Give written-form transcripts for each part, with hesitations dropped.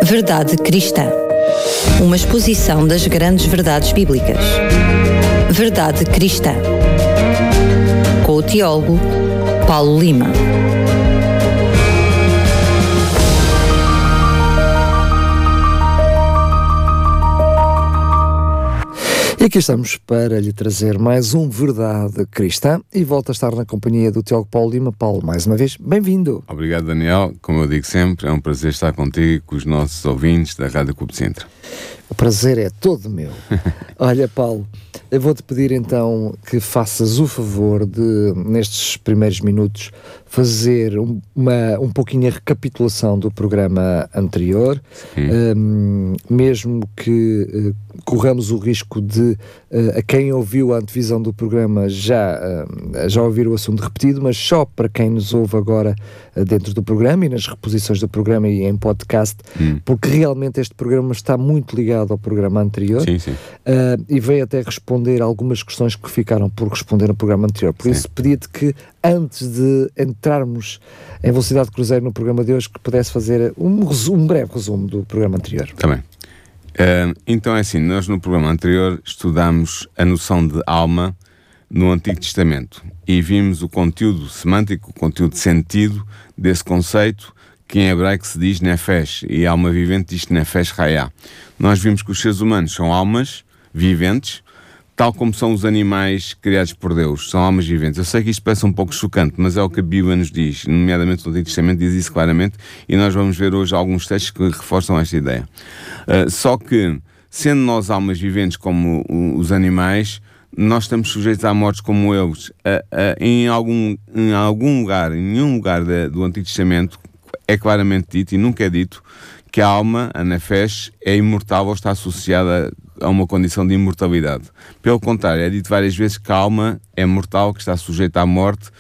Verdade Cristã. Uma exposição das grandes verdades bíblicas. Verdade Cristã. Com o teólogo Paulo Lima. E aqui estamos para lhe trazer mais um Verdade Cristã e volto a estar na companhia do teólogo Paulo Lima. Paulo, mais uma vez, bem-vindo. Obrigado, Daniel. Como eu digo sempre, é um prazer estar contigo e com os nossos ouvintes da Rádio Clube de Sintra. O prazer é todo meu. Olha, Paulo, eu vou-te pedir então que faças o favor de, nestes primeiros minutos, fazer um pouquinho a recapitulação do programa anterior, mesmo que corramos o risco de, a quem ouviu a antevisão do programa já ouvir o assunto repetido, mas só para quem nos ouve agora dentro do programa e nas reposições do programa e em podcast, porque realmente este programa está muito ligado ao programa anterior. Sim. E veio até responder algumas questões que ficaram por responder no programa anterior. Por isso pedia-te que, antes de entrarmos em velocidade de cruzeiro no programa de hoje, que pudesse fazer um breve resumo do programa anterior. Está bem. Então é assim, nós no programa anterior estudámos a noção de alma no Antigo Testamento e vimos o conteúdo semântico, o conteúdo de sentido desse conceito, que em hebraico se diz nefesh, e alma vivente diz nefesh hayah. Nós vimos que os seres humanos são almas viventes, tal como são os animais criados por Deus, são almas viventes. Eu sei que isto parece um pouco chocante, mas é o que a Bíblia nos diz, nomeadamente o Antigo Testamento diz isso claramente, e nós vamos ver hoje alguns textos que reforçam esta ideia. Só que, sendo nós almas viventes como os animais, nós estamos sujeitos à morte como eles. Em nenhum lugar do Antigo Testamento é claramente dito, e nunca é dito, que a alma, a nefesh, é imortal ou está associada a uma condição de imortalidade. Pelo contrário, é dito várias vezes que a alma é mortal, que está sujeita à morte,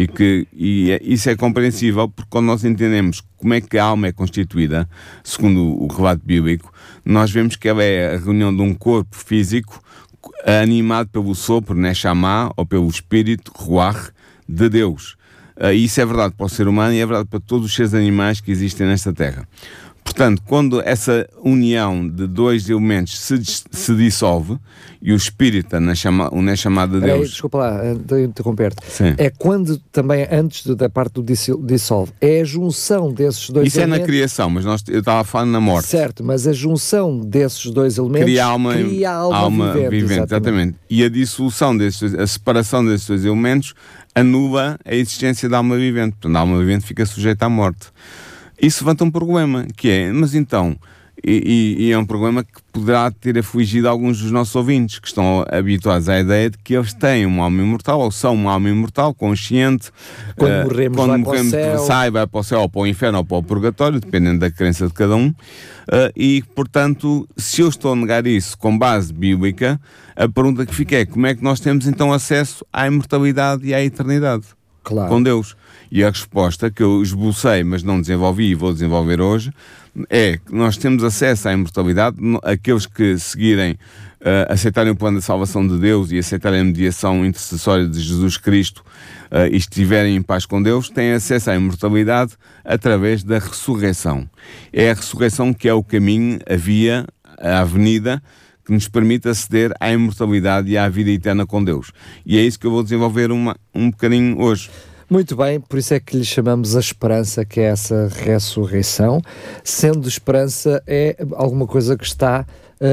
e isso é compreensível, porque quando nós entendemos como é que a alma é constituída, segundo o relato bíblico, nós vemos que ela é a reunião de um corpo físico animado pelo sopro, Neshama, ou pelo espírito, Ruach, de Deus. Isso é verdade para o ser humano e é verdade para todos os seres animais que existem nesta terra. Portanto, quando essa união de dois elementos se dissolve e o espírito, o Neshama de Deus... Desculpa lá, de interromper-te. Sim. É quando também, antes da parte do dissolve, é a junção desses dois isso elementos... Isso é na criação, mas eu estava a falar na morte. Certo, mas a junção desses dois elementos cria alma vivente. Exatamente. E a dissolução a separação desses dois elementos anula a existência da alma vivente. Portanto, a alma vivente fica sujeita à morte. Isso levanta um problema, que é, mas então, e é um problema que poderá ter afligido alguns dos nossos ouvintes, que estão habituados à ideia de que eles têm uma alma imortal, ou são uma alma imortal, consciente. Quando morremos vai para o céu, ou para o inferno, ou para o purgatório, dependendo da crença de cada um. E, portanto, se eu estou a negar isso com base bíblica, a pergunta que fica é, como é que nós temos então acesso à imortalidade e à eternidade? Claro. Com Deus. E a resposta que eu esbocei, mas não desenvolvi e vou desenvolver hoje, é que nós temos acesso à imortalidade, aqueles que seguirem, aceitarem o plano de salvação de Deus e aceitarem a mediação intercessória de Jesus Cristo e estiverem em paz com Deus, têm acesso à imortalidade através da ressurreição. É a ressurreição que é o caminho, a via, a avenida, que nos permite aceder à imortalidade e à vida eterna com Deus. E é isso que eu vou desenvolver um bocadinho hoje. Muito bem, por isso é que lhe chamamos a esperança, que é essa ressurreição, sendo esperança é alguma coisa que está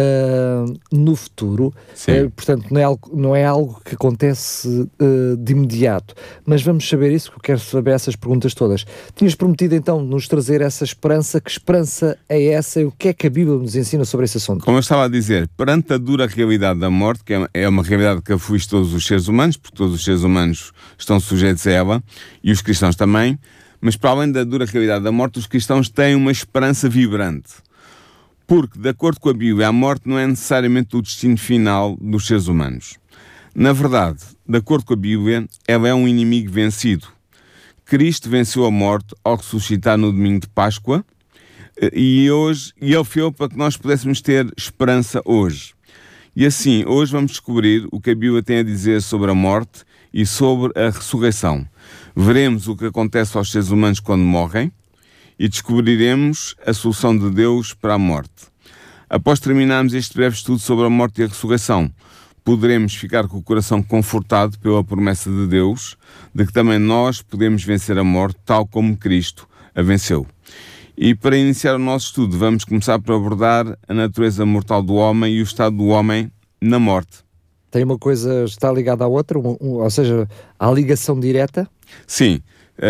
no futuro, portanto não é algo que acontece de imediato, mas vamos saber isso, que eu quero saber essas perguntas todas. Tinhas prometido então nos trazer essa esperança, que esperança é essa e o que é que a Bíblia nos ensina sobre esse assunto? Como eu estava a dizer, perante a dura realidade da morte, que é uma realidade que aflige todos os seres humanos, porque todos os seres humanos estão sujeitos a ela, e os cristãos também, mas para além da dura realidade da morte, os cristãos têm uma esperança vibrante. Porque, de acordo com a Bíblia, a morte não é necessariamente o destino final dos seres humanos. Na verdade, de acordo com a Bíblia, ela é um inimigo vencido. Cristo venceu a morte ao ressuscitar no domingo de Páscoa e ele fez para que nós pudéssemos ter esperança hoje. E assim, hoje vamos descobrir o que a Bíblia tem a dizer sobre a morte e sobre a ressurreição. Veremos o que acontece aos seres humanos quando morrem e descobriremos a solução de Deus para a morte. Após terminarmos este breve estudo sobre a morte e a ressurreição, poderemos ficar com o coração confortado pela promessa de Deus de que também nós podemos vencer a morte tal como Cristo a venceu. E para iniciar o nosso estudo, vamos começar por abordar a natureza mortal do homem e o estado do homem na morte. Tem uma coisa, está ligada à outra, ou seja, há ligação direta? Sim.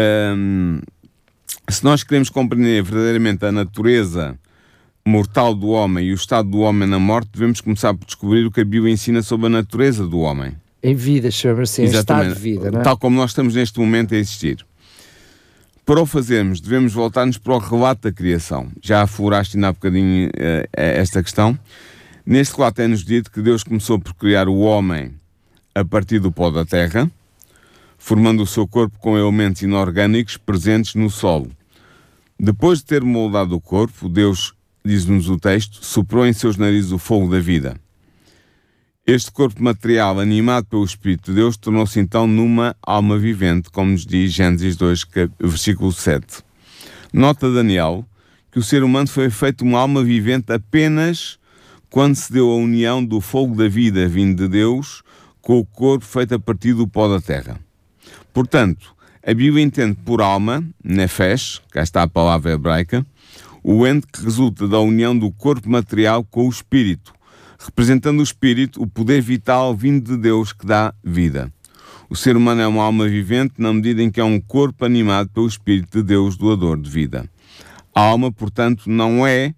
Se nós queremos compreender verdadeiramente a natureza mortal do homem e o estado do homem na morte, devemos começar por descobrir o que a Bíblia ensina sobre a natureza do homem. Em vida, chama-se, em estado de vida, não é? Tal como nós estamos neste momento a existir. Para o fazermos, devemos voltar-nos para o relato da criação. Já afloraste ainda há bocadinho esta questão. Neste relato é-nos dito que Deus começou por criar o homem a partir do pó da terra, formando o seu corpo com elementos inorgânicos presentes no solo. Depois de ter moldado o corpo, Deus, diz-nos o texto, soprou em seus narizes o fogo da vida. Este corpo material, animado pelo Espírito de Deus, tornou-se então numa alma vivente, como nos diz Gênesis 2, versículo 7. Nota Daniel que o ser humano foi feito uma alma vivente apenas quando se deu a união do fogo da vida vindo de Deus com o corpo feito a partir do pó da terra. Portanto, a Bíblia entende por alma, nefesh, cá está a palavra hebraica, o ente que resulta da união do corpo material com o espírito, representando o espírito, o poder vital vindo de Deus que dá vida. O ser humano é uma alma vivente na medida em que é um corpo animado pelo Espírito de Deus, doador de vida. A alma, portanto, não é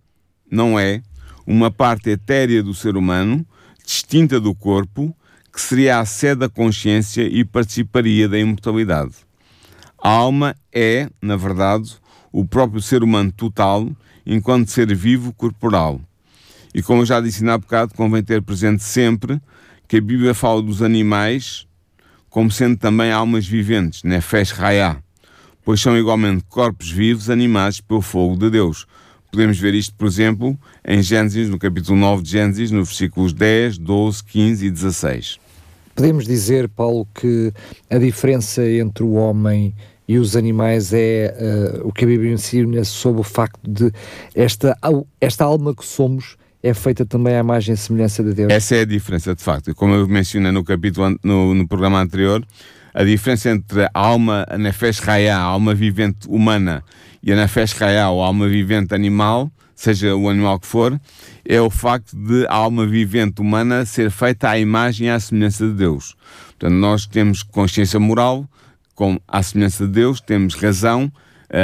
uma parte etérea do ser humano, distinta do corpo, que seria a sede da consciência e participaria da imortalidade. A alma é, na verdade, o próprio ser humano total, enquanto ser vivo corporal. E como eu já disse há bocado, convém ter presente sempre que a Bíblia fala dos animais como sendo também almas viventes, nefesh hayah, pois são igualmente corpos vivos animados pelo fogo de Deus. Podemos ver isto, por exemplo, em Gênesis, no capítulo 9 de Gênesis, nos versículos 10, 12, 15 e 16. Podemos dizer, Paulo, que a diferença entre o homem e os animais é o que a Bíblia ensina sobre o facto de esta alma que somos é feita também à imagem e semelhança de Deus. Essa é a diferença, de facto. Como eu mencionei no capítulo, no programa anterior, a diferença entre a alma, a nefesh hayah, a alma vivente humana, e a nefesh hayah, ou a alma vivente animal, seja o animal que for, é o facto de a alma vivente humana ser feita à imagem e à semelhança de Deus. Portanto, nós temos consciência moral, à semelhança de Deus, temos razão,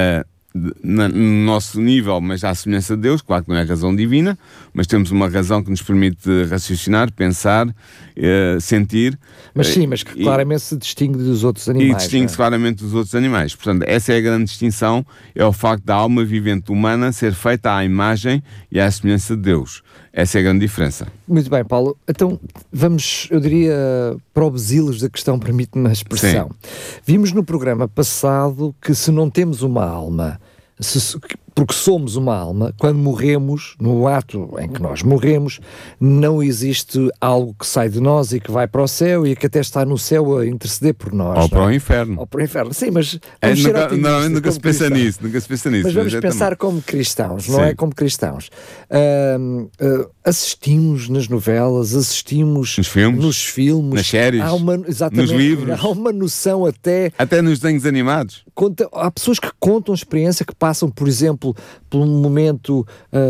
no nosso nível, mas à semelhança de Deus, claro que não é razão divina, mas temos uma razão que nos permite raciocinar, pensar, sentir. Mas sim, mas que claramente se distingue dos outros animais. E distingue-se claramente dos outros animais. Portanto, essa é a grande distinção, é o facto da alma vivente humana ser feita à imagem e à semelhança de Deus. Essa é a grande diferença. Muito bem, Paulo. Então, vamos, eu diria, para o basilos da questão, permite-me a expressão. Sim. Vimos no programa passado que se não temos uma alma, porque somos uma alma, quando morremos, no ato em que nós morremos, não existe algo que sai de nós e que vai para o céu e que até está no céu a interceder por nós. Ou para o inferno. Ou para o inferno. Sim, mas normalmente nunca se pensa nisso. Mas vamos pensar como cristãos, não é? Como cristãos. Assistimos nas novelas, assistimos nos filmes, nas séries, nos livros. Há uma noção até nos desenhos animados. Há pessoas que contam experiência, que passam, por exemplo, por um momento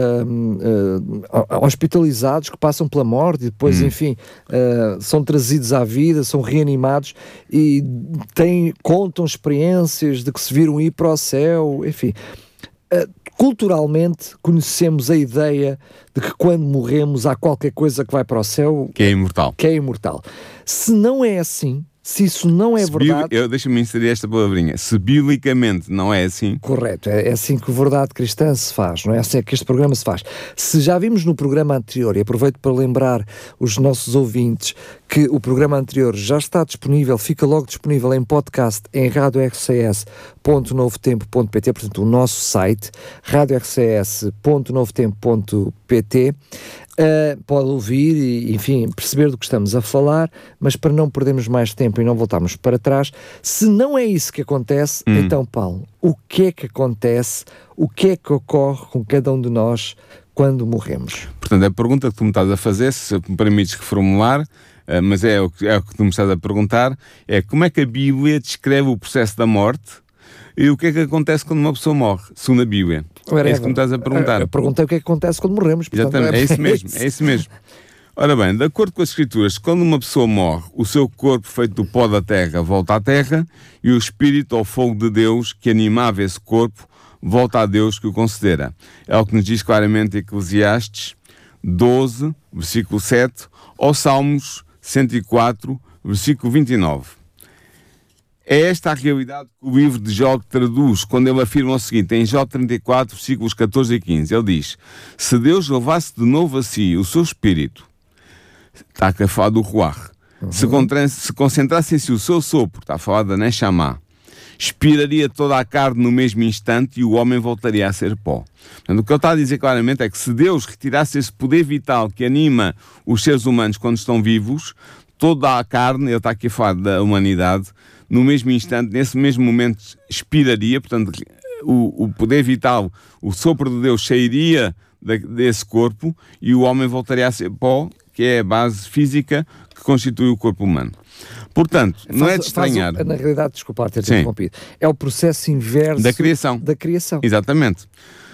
hospitalizados, que passam pela morte e depois, enfim, são trazidos à vida, são reanimados e contam experiências de que se viram ir para o céu, enfim. Culturalmente conhecemos a ideia de que quando morremos há qualquer coisa que vai para o céu que é imortal. Se não é assim, se isso não é verdade... Deixa-me inserir esta palavrinha. Se biblicamente não é assim... Correto, é assim que a verdade cristã se faz, não é assim que este programa se faz. Se já vimos no programa anterior, e aproveito para lembrar os nossos ouvintes que o programa anterior já está disponível, fica logo disponível em podcast em radiorcs.novotempo.pt, portanto o nosso site, radiorcs.novotempo.pt. pode ouvir e, enfim, perceber do que estamos a falar, mas para não perdermos mais tempo e não voltarmos para trás, se não é isso que acontece, então, Paulo, o que é que acontece, o que é que ocorre com cada um de nós quando morremos? Portanto, a pergunta que tu me estás a fazer, se me permites reformular, mas é o que tu me estás a perguntar, é como é que a Bíblia descreve o processo da morte e o que é que acontece quando uma pessoa morre, segundo a Bíblia. É isso que me estás a perguntar. Eu perguntei o que é que acontece quando morremos. Portanto, exatamente, é isso mesmo. Ora bem, de acordo com as Escrituras, quando uma pessoa morre, o seu corpo feito do pó da terra volta à terra e o Espírito ou fogo de Deus que animava esse corpo volta a Deus que o considera. É o que nos diz claramente Eclesiastes 12, versículo 7, ou Salmos 104, versículo 29. É esta a realidade que o livro de Jó traduz quando ele afirma o seguinte, em Jó 34, versículos 14 e 15. Ele diz, se Deus levasse de novo a si o seu espírito, está a falar do Ruach, se concentrasse em si o seu sopro, está a falar da Neshama, expiraria toda a carne no mesmo instante e o homem voltaria a ser pó. Portanto, o que ele está a dizer claramente é que se Deus retirasse esse poder vital que anima os seres humanos quando estão vivos, toda a carne, ele está aqui a falar da humanidade, no mesmo instante, nesse mesmo momento, expiraria, portanto, o poder vital, o sopro de Deus sairia desse corpo e o homem voltaria a ser pó, que é a base física que constitui o corpo humano. Portanto, não é de estranhar. Na realidade, desculpa ter interrompido, é o processo inverso da criação. Exatamente.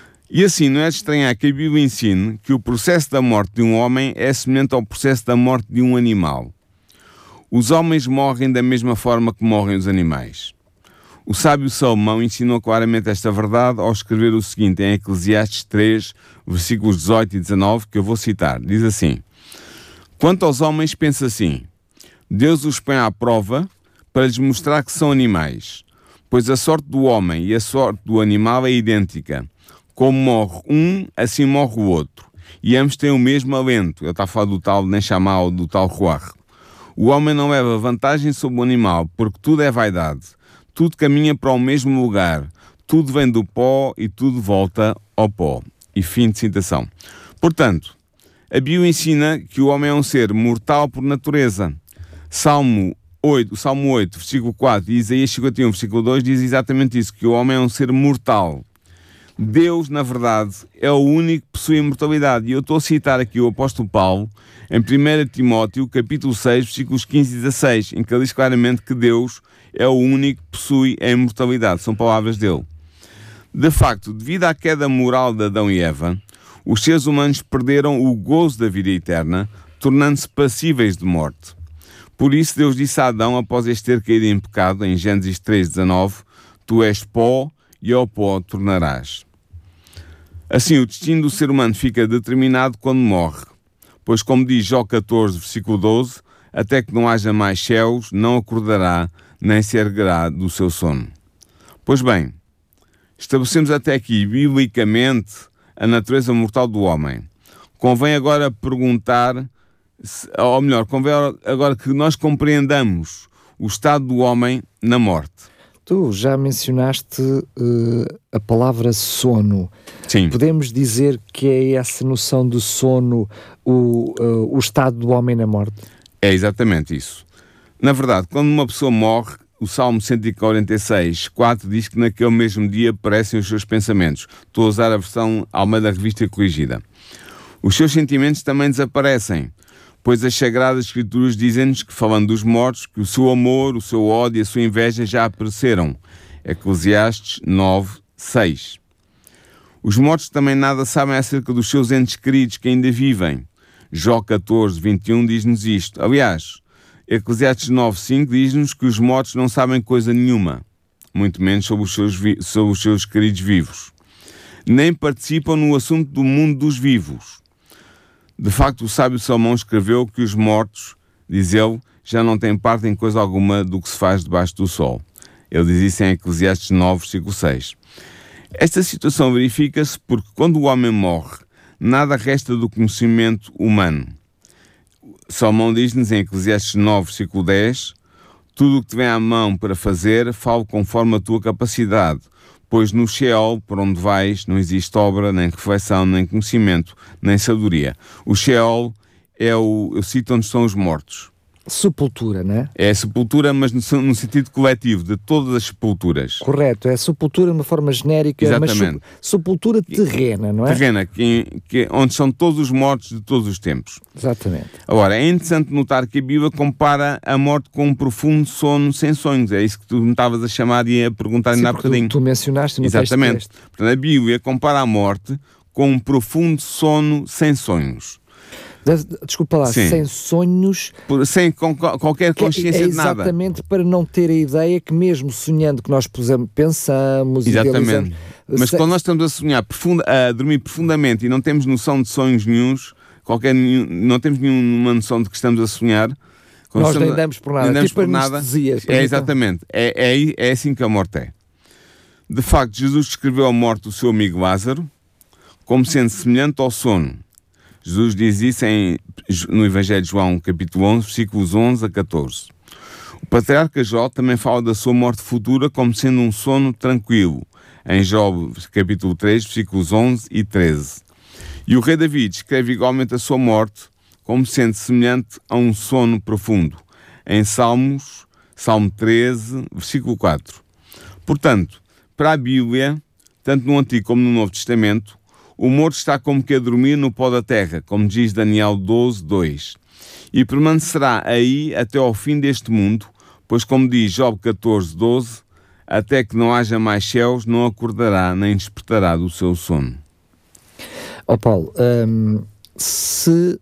E assim, não é de estranhar que a Bíblia ensine que o processo da morte de um homem é semelhante ao processo da morte de um animal. Os homens morrem da mesma forma que morrem os animais. O sábio Salomão ensinou claramente esta verdade ao escrever o seguinte em Eclesiastes 3, versículos 18 e 19, que eu vou citar. Diz assim, quanto aos homens pensa assim, Deus os põe à prova para lhes mostrar que são animais, pois a sorte do homem e a sorte do animal é idêntica. Como morre um, assim morre o outro. E ambos têm o mesmo alento. Ele está a falar do tal Neshama ou do tal Ruach. O homem não leva vantagem sobre o animal, porque tudo é vaidade. Tudo caminha para o mesmo lugar. Tudo vem do pó e tudo volta ao pó. E fim de citação. Portanto, a Bíblia ensina que o homem é um ser mortal por natureza. Salmo 8, versículo 4 e Isaías 51, versículo 2 diz exatamente isso, que o homem é um ser mortal. Deus, na verdade, é o único que possui a imortalidade. E eu estou a citar aqui o apóstolo Paulo, em 1 Timóteo, capítulo 6, versículos 15 e 16, em que ele diz claramente que Deus é o único que possui a imortalidade. São palavras dele. De facto, devido à queda moral de Adão e Eva, os seres humanos perderam o gozo da vida eterna, tornando-se passíveis de morte. Por isso, Deus disse a Adão, após este ter caído em pecado, em Gênesis 3:19, tu és pó e ao pó tornarás. Assim, o destino do ser humano fica determinado quando morre, pois, como diz Jó 14, versículo 12, até que não haja mais céus, não acordará, nem se erguerá do seu sono. Pois bem, estabelecemos até aqui, biblicamente, a natureza mortal do homem. Convém agora perguntar, ou melhor, convém agora que nós compreendamos o estado do homem na morte. Tu já mencionaste a palavra sono. Sim. Podemos dizer que é essa noção do sono o estado do homem na morte? É exatamente isso. Na verdade, quando uma pessoa morre, o Salmo 146, 4 diz que naquele mesmo dia perecem os seus pensamentos. Estou a usar a versão Almeida Revista Corrigida. Os seus sentimentos também desaparecem, pois as Sagradas Escrituras dizem-nos que, falando dos mortos, que o seu amor, o seu ódio e a sua inveja já apareceram. Eclesiastes 9, 6. Os mortos também nada sabem acerca dos seus entes queridos que ainda vivem. Jó 14, 21 diz-nos isto. Aliás, Eclesiastes 9, 5 diz-nos que os mortos não sabem coisa nenhuma, muito menos sobre os seus queridos vivos. Nem participam no assunto do mundo dos vivos. De facto, o sábio Salomão escreveu que os mortos, diz ele, já não têm parte em coisa alguma do que se faz debaixo do sol. Ele diz isso em Eclesiastes 9, versículo 6. Esta situação verifica-se porque quando o homem morre, nada resta do conhecimento humano. Salomão diz-nos em Eclesiastes 9, versículo 10, tudo o que te vem à mão para fazer, fale conforme a tua capacidade, Pois no Sheol, por onde vais, não existe obra, nem reflexão, nem conhecimento, nem sabedoria. O Sheol é o sítio onde estão os mortos. Sepultura, não é? É a sepultura, mas no sentido coletivo, de todas as sepulturas. Correto, é sepultura de uma forma genérica, Exatamente. mas sepultura terrena, não é? Terrena, onde são todos os mortos de todos os tempos. Exatamente. Agora, é interessante notar que a Bíblia compara a morte com um profundo sono sem sonhos. É isso que tu me estavas a chamar e a perguntar ainda há bocadinho. Tu mencionaste no Exatamente. texto. Portanto, a Bíblia compara a morte com um profundo sono sem sonhos. Desculpa lá, Sim. sem sonhos, Sem qualquer consciência de nada. Exatamente, para não ter a ideia que mesmo sonhando que nós pensamos, Exatamente. idealizamos, Mas quando nós estamos a sonhar, a dormir profundamente e não temos noção de sonhos nenhuns, não temos nenhuma noção de que estamos a sonhar, nós nem damos por nada. Nem tipo por nada. Exatamente. É assim que a morte é. De facto, Jesus descreveu a morte do seu amigo Lázaro como sendo semelhante ao sono. Jesus diz isso no Evangelho de João, capítulo 11, versículos 11 a 14. O patriarca Jó também fala da sua morte futura como sendo um sono tranquilo, em Jó, capítulo 3, versículos 11 e 13. E o rei David descreve igualmente a sua morte como sendo semelhante a um sono profundo, em Salmo 13, versículo 4. Portanto, para a Bíblia, tanto no Antigo como no Novo Testamento, o morto está como que a dormir no pó da terra, como diz Daniel 12, 2. E permanecerá aí até ao fim deste mundo, pois como diz Job 14, 12, até que não haja mais céus, não acordará nem despertará do seu sono. Paulo, se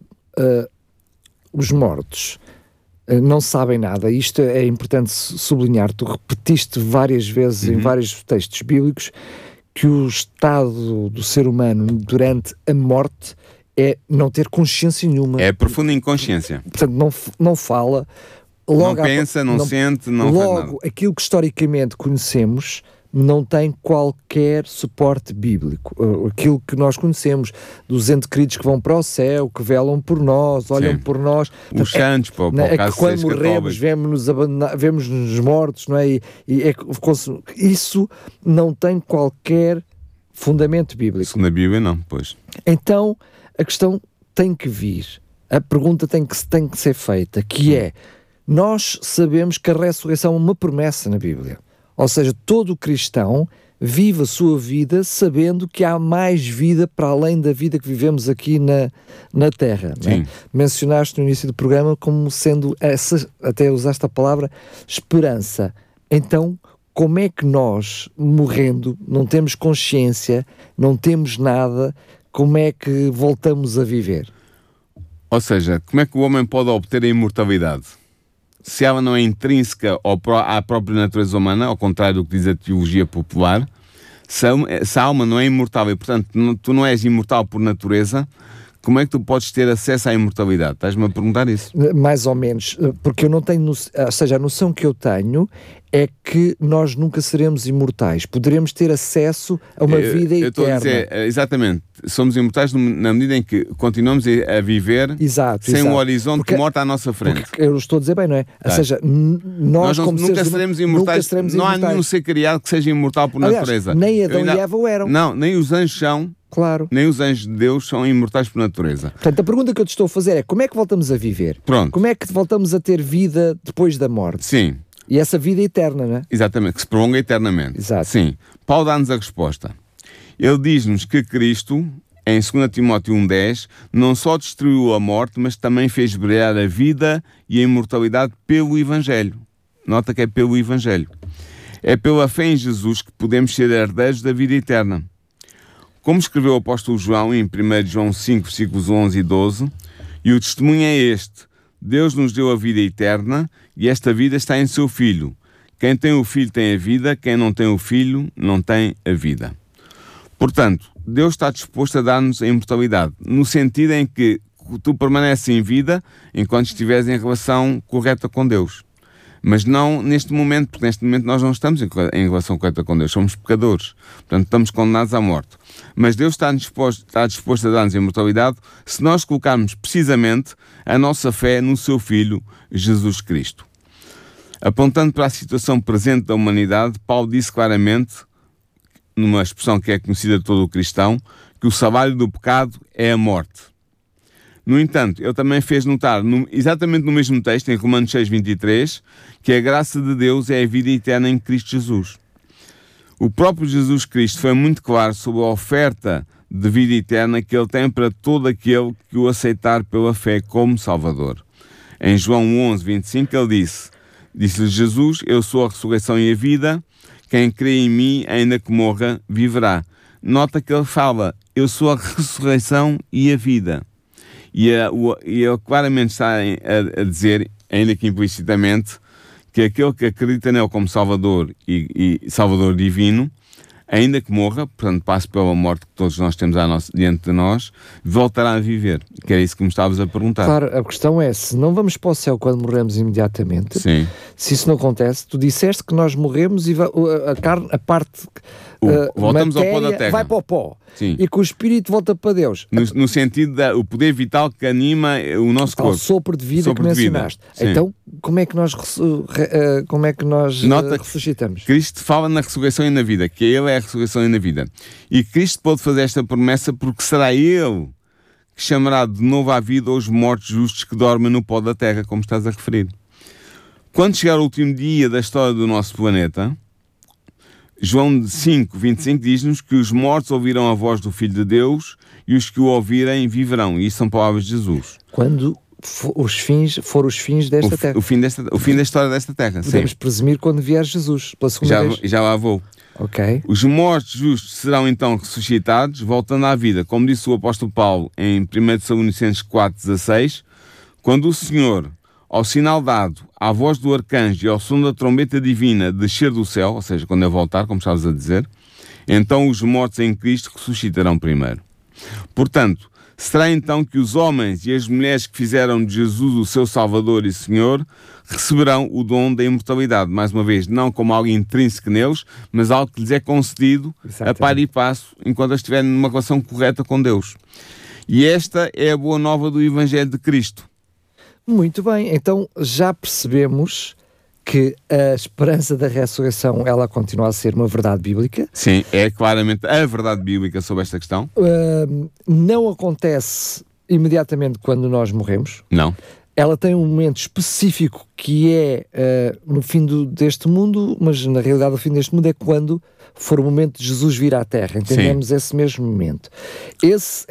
os mortos não sabem nada, isto é importante sublinhar, tu repetiste várias vezes em vários textos bíblicos que o estado do ser humano durante a morte é não ter consciência nenhuma. É profunda inconsciência. Portanto, não fala. Logo não pensa, não sente, não faz nada. Logo, aquilo que historicamente conhecemos não tem qualquer suporte bíblico. Aquilo que nós conhecemos dos entes queridos que vão para o céu, que velam por nós, olham por nós. Os santos, para o caso que quando morremos, vemos-nos mortos, não é? Isso não tem qualquer fundamento bíblico. Isso na Bíblia não, pois. Então, a questão tem que vir. A pergunta tem que ser feita, que é, nós sabemos que a ressurreição é uma promessa na Bíblia. Ou seja, todo cristão vive a sua vida sabendo que há mais vida para além da vida que vivemos aqui na Terra. Né? Mencionaste no início do programa como sendo até usaste a palavra, esperança. Então, como é que nós, morrendo, não temos consciência, não temos nada, como é que voltamos a viver? Ou seja, como é que o homem pode obter a imortalidade? Se ela não é intrínseca à própria natureza humana, ao contrário do que diz a teologia popular, se a alma não é imortal e, portanto, tu não és imortal por natureza, como é que tu podes ter acesso à imortalidade? Estás-me a perguntar isso? Mais ou menos, porque eu não tenho, ou seja, a noção que eu tenho é que nós nunca seremos imortais. Poderemos ter acesso a uma vida eterna. Eu estou a dizer, exatamente, somos imortais na medida em que continuamos a viver sem um horizonte de morte à nossa frente. Eu estou a dizer bem, não é? Ou seja, nós nunca seremos imortais. Não há nenhum ser criado que seja imortal por natureza. Nem Adão e Eva o eram. Não, nem os anjos são. Claro. Nem os anjos de Deus são imortais por natureza. Portanto, a pergunta que eu te estou a fazer é, como é que voltamos a viver? Pronto. Como é que voltamos a ter vida depois da morte? Sim. E essa vida eterna, não é? Exatamente, que se prolonga eternamente. Exato. Sim. Paulo dá-nos a resposta. Ele diz-nos que Cristo, em 2 Timóteo 1,10, não só destruiu a morte, mas também fez brilhar a vida e a imortalidade pelo Evangelho. Nota que é pelo Evangelho. É pela fé em Jesus que podemos ser herdeiros da vida eterna. Como escreveu o apóstolo João em 1 João 5, versículos 11 e 12, e o testemunho é este: Deus nos deu a vida eterna e esta vida está em seu Filho. Quem tem o Filho tem a vida, quem não tem o Filho não tem a vida. Portanto, Deus está disposto a dar-nos a imortalidade, no sentido em que tu permaneces em vida enquanto estiveres em relação correta com Deus. Mas não neste momento, porque neste momento nós não estamos em relação correta com Deus, somos pecadores, portanto estamos condenados à morte. Mas Deus está disposto a dar-nos a imortalidade se nós colocarmos precisamente a nossa fé no seu Filho, Jesus Cristo. Apontando para a situação presente da humanidade, Paulo disse claramente: numa expressão que é conhecida de todo o cristão, que o salário do pecado é a morte. No entanto, ele também fez notar, exatamente no mesmo texto, em Romanos 6:23, que a graça de Deus é a vida eterna em Cristo Jesus. O próprio Jesus Cristo foi muito claro sobre a oferta de vida eterna que ele tem para todo aquele que o aceitar pela fé como Salvador. Em João 11:25 ele disse-lhe Jesus: eu sou a ressurreição e a vida, quem crê em mim, ainda que morra, viverá. Nota que ele fala: eu sou a ressurreição e a vida. E ele claramente está a dizer, ainda que implicitamente, que aquele que acredita nele como Salvador e Salvador divino, ainda que morra, portanto passe pela morte que todos nós temos diante de nós, voltará a viver. Que era isso que me estavas a perguntar. Claro, a questão é, se não vamos para o céu quando morremos imediatamente, sim, se isso não acontece, tu disseste que nós morremos e a carne, a parte voltamos matéria, ao pó da terra, vai para o pó. Sim. E que o espírito volta para Deus. No sentido do poder vital que anima o nosso corpo. O sopro de vida que mencionaste. Então, como é que nós ressuscitamos? Cristo fala na ressurreição e na vida, que Ele é a ressurreição e na vida. E Cristo pode fazer esta promessa porque será Ele que chamará de novo à vida os mortos justos que dormem no pó da terra, como estás a referir. Quando chegar o último dia da história do nosso planeta, João 5:25 diz-nos que os mortos ouvirão a voz do Filho de Deus e os que o ouvirem viverão. E isso são palavras de Jesus. Quando os fins desta terra. O fim da história desta terra. Podemos presumir quando vier Jesus pela segunda vez. Já lá vou. Okay. Os mortos justos serão então ressuscitados, voltando à vida. Como disse o apóstolo Paulo em 1 Tessalonicenses 4:16, quando o Senhor, ao sinal dado, à voz do arcanjo e ao som da trombeta divina descer do céu, ou seja, quando ele voltar, como estavas a dizer, então os mortos em Cristo ressuscitarão primeiro. Portanto, será então que os homens e as mulheres que fizeram de Jesus o seu Salvador e Senhor receberão o dom da imortalidade, mais uma vez, não como algo intrínseco neles, mas algo que lhes é concedido a par e passo, enquanto estiverem numa relação correta com Deus. E esta é a boa nova do Evangelho de Cristo. Muito bem, então já percebemos que a esperança da ressurreição, ela continua a ser uma verdade bíblica. Sim, é claramente a verdade bíblica sobre esta questão. Não acontece imediatamente quando nós morremos. Não. Ela tem um momento específico que é no fim deste mundo, mas na realidade o fim deste mundo é quando for o momento de Jesus vir à Terra. Entendemos Sim. esse mesmo momento. Esse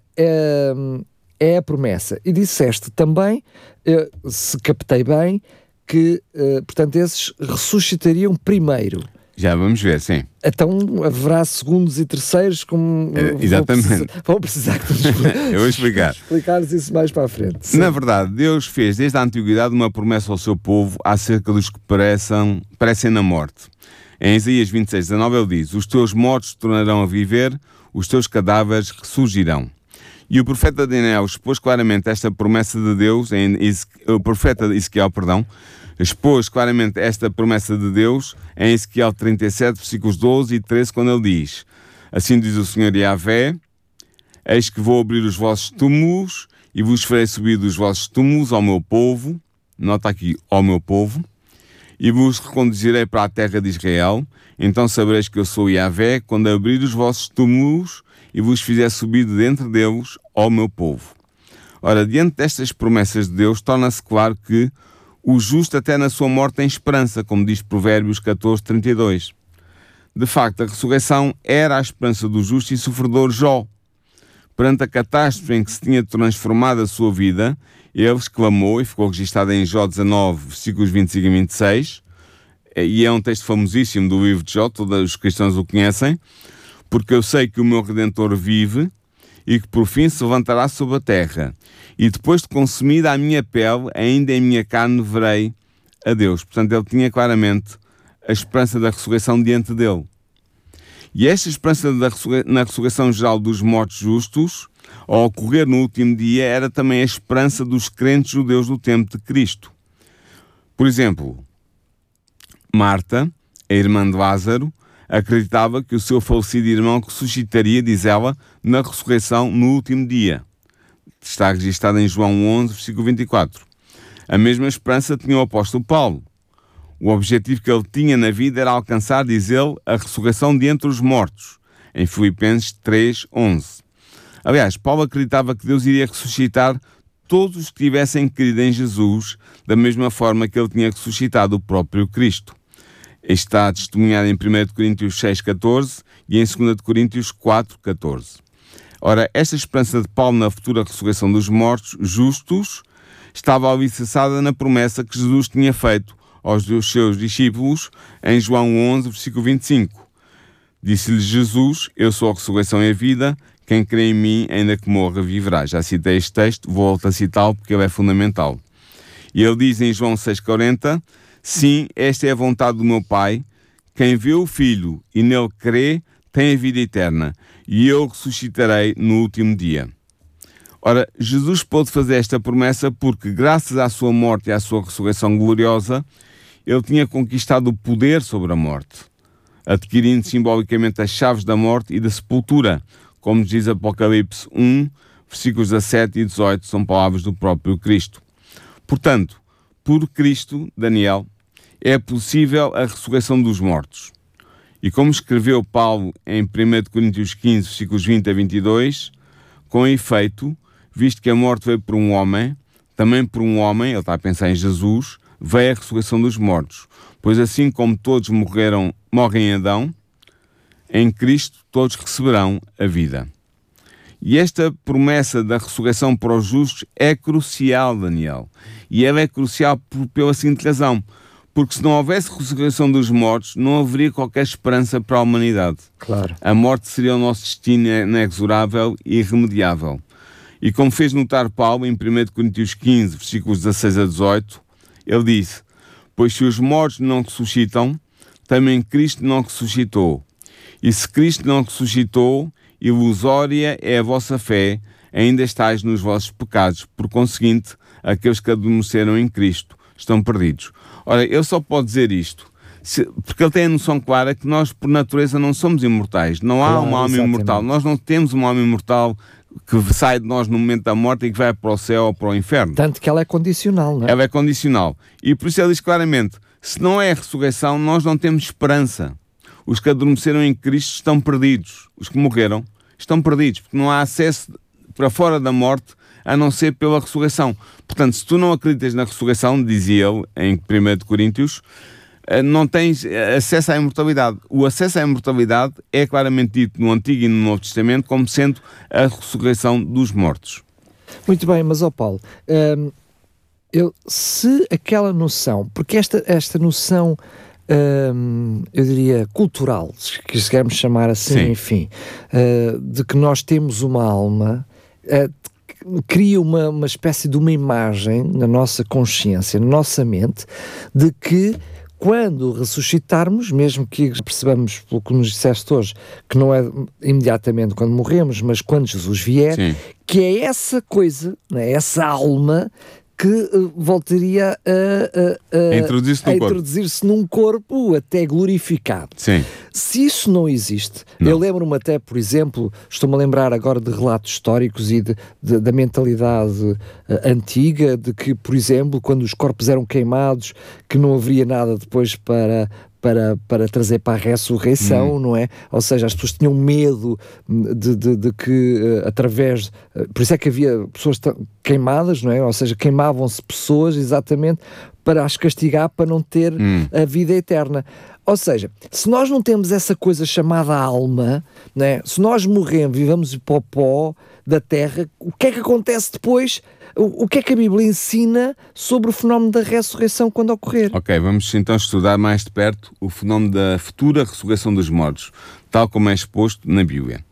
é a promessa. E disseste também, se captei bem, que, portanto, esses ressuscitariam primeiro. Já vamos ver, sim. Então haverá segundos e terceiros, como exatamente. Vou precisar que tu eu vou explicar. Explicares isso mais para a frente. Sim. Na verdade, Deus fez desde a antiguidade uma promessa ao seu povo acerca dos que perecem na morte. Em Isaías 26:19 ele diz: os teus mortos tornarão a viver, os teus cadáveres ressurgirão. E o profeta Daniel expôs claramente esta promessa de Deus, o profeta Ezequiel, expôs claramente esta promessa de Deus em Ezequiel 37, versículos 12 e 13, quando ele diz: assim diz o Senhor Yahvé, eis que vou abrir os vossos túmulos e vos farei subir dos vossos túmulos ao meu povo, nota aqui, ao meu povo, e vos reconduzirei para a terra de Israel, então sabereis que eu sou Yahvé, quando abrir os vossos túmulos e vos fizer subir de dentro deles ao meu povo. Ora, diante destas promessas de Deus, torna-se claro que o justo até na sua morte tem esperança, como diz Provérbios 14:32. De facto, a ressurreição era a esperança do justo e sofredor Jó. Perante a catástrofe em que se tinha transformado a sua vida, ele exclamou, e ficou registado em Jó 19, versículos 25 e 26, e é um texto famosíssimo do livro de Jó, todos os cristãos o conhecem: porque eu sei que o meu Redentor vive e que por fim se levantará sobre a terra. E depois de consumida a minha pele, ainda em minha carne verei a Deus. Portanto, ele tinha claramente a esperança da ressurreição diante dele. E esta esperança na ressurreição geral dos mortos justos, ao ocorrer no último dia, era também a esperança dos crentes judeus do tempo de Cristo. Por exemplo, Marta, a irmã de Lázaro, acreditava que o seu falecido irmão ressuscitaria, diz ela, na ressurreição no último dia. Está registado em João 11, versículo 24. A mesma esperança tinha o apóstolo Paulo. O objetivo que ele tinha na vida era alcançar, diz ele, a ressurreição de entre os mortos, em Filipenses 3:11. Aliás, Paulo acreditava que Deus iria ressuscitar todos os que tivessem crido em Jesus, da mesma forma que ele tinha ressuscitado o próprio Cristo. Está testemunhado em 1 Coríntios 6:14 e em 2 Coríntios 4:14. Ora, esta esperança de Paulo na futura ressurreição dos mortos justos estava alicerçada na promessa que Jesus tinha feito aos seus discípulos em João 11, versículo 25. Disse-lhe Jesus: eu sou a ressurreição e a vida, quem crê em mim, ainda que morra, viverá. Já citei este texto, volto a citá-lo porque ele é fundamental. E ele diz em João 6,40: sim, esta é a vontade do meu Pai, quem vê o Filho e nele crê, tem a vida eterna, e eu ressuscitarei no último dia. Ora, Jesus pôde fazer esta promessa porque, graças à sua morte e à sua ressurreição gloriosa, ele tinha conquistado o poder sobre a morte, adquirindo simbolicamente as chaves da morte e da sepultura, como diz Apocalipse 1, versículos 17 e 18, são palavras do próprio Cristo. Portanto, por Cristo, Daniel, é possível a ressurreição dos mortos. E como escreveu Paulo em 1 Coríntios 15, versículos 20 a 22, com efeito, visto que a morte veio por um homem, também por um homem, ele está a pensar em Jesus, veio a ressurreição dos mortos. Pois assim como todos morrem em Adão, em Cristo todos receberão a vida. E esta promessa da ressurreição para os justos é crucial, Daniel. E ela é crucial pela seguinte razão: porque se não houvesse ressurreição dos mortos, não haveria qualquer esperança para a humanidade. Claro. A morte seria o nosso destino inexorável e irremediável. E como fez notar Paulo em 1 Coríntios 15, versículos 16 a 18, ele disse: pois se os mortos não ressuscitam, também Cristo não ressuscitou. E se Cristo não ressuscitou, ilusória é a vossa fé, ainda estáis nos vossos pecados. Por conseguinte, aqueles que adormeceram em Cristo estão perdidos. Ora, ele só pode dizer isto porque ele tem a noção clara que nós, por natureza, não somos imortais. Não há uma alma imortal. Nós não temos uma alma imortal que sai de nós no momento da morte e que vai para o céu ou para o inferno. Tanto que ela é condicional, não é? Ela é condicional. E por isso ele diz claramente: se não é a ressurreição, nós não temos esperança. Os que adormeceram em Cristo estão perdidos. Os que morreram estão perdidos, porque não há acesso para fora da morte a não ser pela ressurreição. Portanto, se tu não acreditas na ressurreição, dizia ele em 1 Coríntios, não tens acesso à imortalidade. O acesso à imortalidade é claramente dito no Antigo e no Novo Testamento como sendo a ressurreição dos mortos. Muito bem, mas Paulo, se aquela noção, porque esta noção, eu diria cultural, se quisermos chamar assim, sim, enfim, de que nós temos uma alma, cria uma espécie de uma imagem na nossa consciência, na nossa mente, de que quando ressuscitarmos, mesmo que percebamos, pelo que nos disseste hoje, que não é imediatamente quando morremos, mas quando Jesus vier, sim, que é essa coisa, né, essa alma que voltaria a introduzir-se num corpo até glorificado. Sim. Se isso não existe, eu lembro-me até, por exemplo, estou-me a lembrar agora de relatos históricos e da mentalidade antiga, de que, por exemplo, quando os corpos eram queimados, que não haveria nada depois para trazer para a ressurreição, não é? Ou seja, as pessoas tinham medo de que, através... Por isso é que havia pessoas queimadas, não é? Ou seja, queimavam-se pessoas exatamente para as castigar, para não ter a vida eterna. Ou seja, se nós não temos essa coisa chamada alma, não é? Se nós morremos, vivamos para o pó da terra, o que é que acontece depois? O que é que a Bíblia ensina sobre o fenómeno da ressurreição quando ocorrer? Ok, vamos então estudar mais de perto o fenómeno da futura ressurreição dos mortos, tal como é exposto na Bíblia.